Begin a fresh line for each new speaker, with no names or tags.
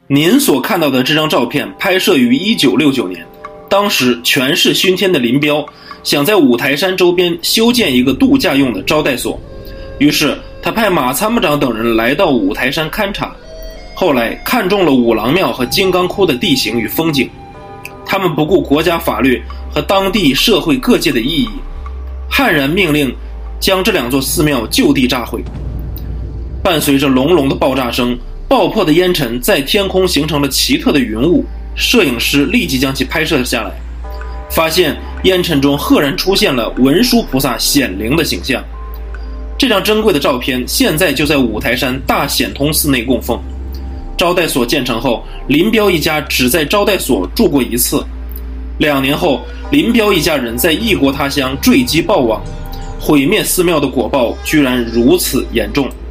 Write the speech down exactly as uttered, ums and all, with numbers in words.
您所看到的这张照片拍摄于一九六九年，当时权势熏天的林彪想在五台山周边修建一个度假用的招待所，于是他派马参谋长等人来到五台山勘察，后来看中了五郎庙和金刚窟的地形与风景，他们不顾国家法律和当地社会各界的异议，悍然命令将这两座寺庙就地炸毁。伴随着隆隆的爆炸声，爆破的烟尘在天空形成了奇特的云雾，摄影师立即将其拍摄下来，发现烟尘中赫然出现了文殊菩萨显灵的形象。这张珍贵的照片现在就在五台山大显通寺内供奉。招待所建成后，林彪一家只在招待所住过一次。两年后，林彪一家人在异国他乡坠机暴亡，毁灭寺庙的果报居然如此严重。